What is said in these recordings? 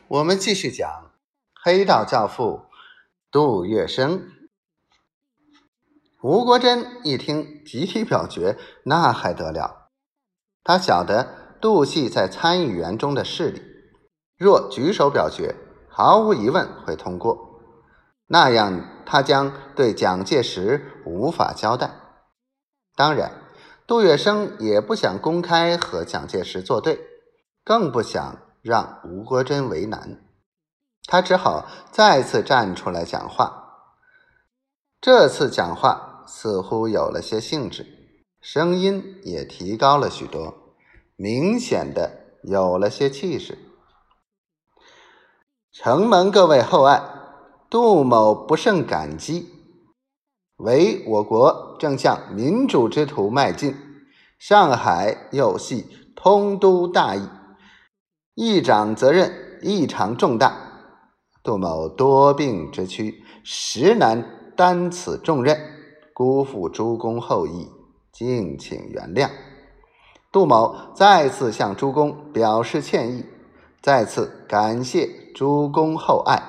我们继续讲黑道教父杜月笙。吴国桢一听集体表决，那还得了？他晓得杜系在参议员中的势力，若举手表决，毫无疑问会通过，那样他将对蒋介石无法交代。当然，杜月笙也不想公开和蒋介石作对，更不想让吴国桢为难，他只好再次站出来讲话。这次讲话似乎有了些兴致，声音也提高了许多，明显的有了些气势。承蒙各位厚爱，杜某不胜感激。唯我国正向民主之途迈进，上海又系通都大邑，议长责任异常重大，杜某多病之躯，实难担此重任，辜负诸公厚意，敬请原谅。杜某再次向诸公表示歉意，再次感谢诸公厚爱。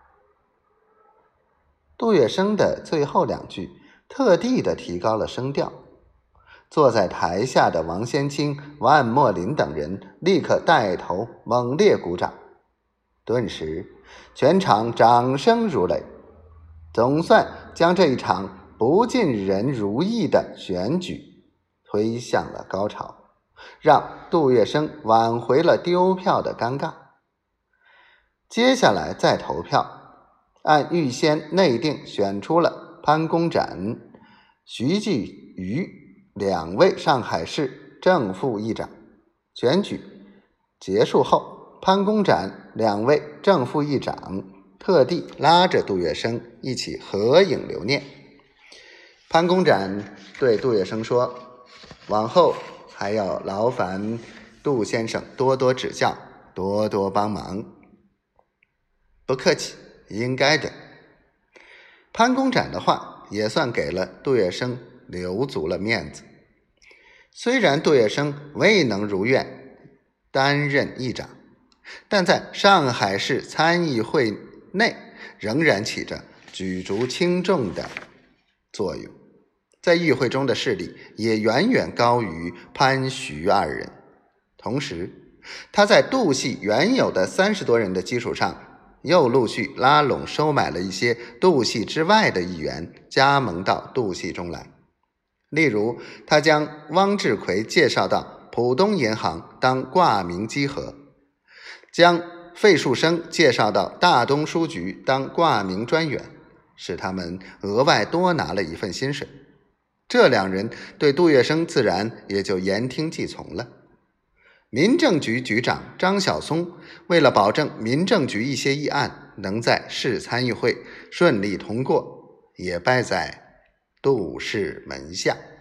杜月笙的最后两句特地的提高了声调，坐在台下的王先清、万墨林等人立刻带头猛烈鼓掌，顿时全场掌声如雷，总算将这一场不尽人如意的选举推向了高潮，让杜月笙挽回了丢票的尴尬。接下来再投票，按预先内定选出了潘公展、徐继瑜两位上海市正副议长。选举结束后，潘公展两位正副议长特地拉着杜月笙一起合影留念。潘公展对杜月笙说，往后还要劳烦杜先生多多指教，多多帮忙。不客气，应该的。潘公展的话也算给了杜月笙留足了面子。虽然杜月笙未能如愿担任议长，但在上海市参议会内仍然起着举足轻重的作用，在议会中的势力也远远高于潘徐二人。同时，他在杜系原有的30多人的基础上，又陆续拉拢收买了一些杜系之外的议员加盟到杜系中来。例如，他将汪志奎介绍到浦东银行当挂名稽核，将费树生介绍到大东书局当挂名专员，使他们额外多拿了一份薪水。这两人对杜月笙自然也就言听计从了。民政局局长张晓松为了保证民政局一些议案能在市参议会顺利通过，也拜在杜氏门下。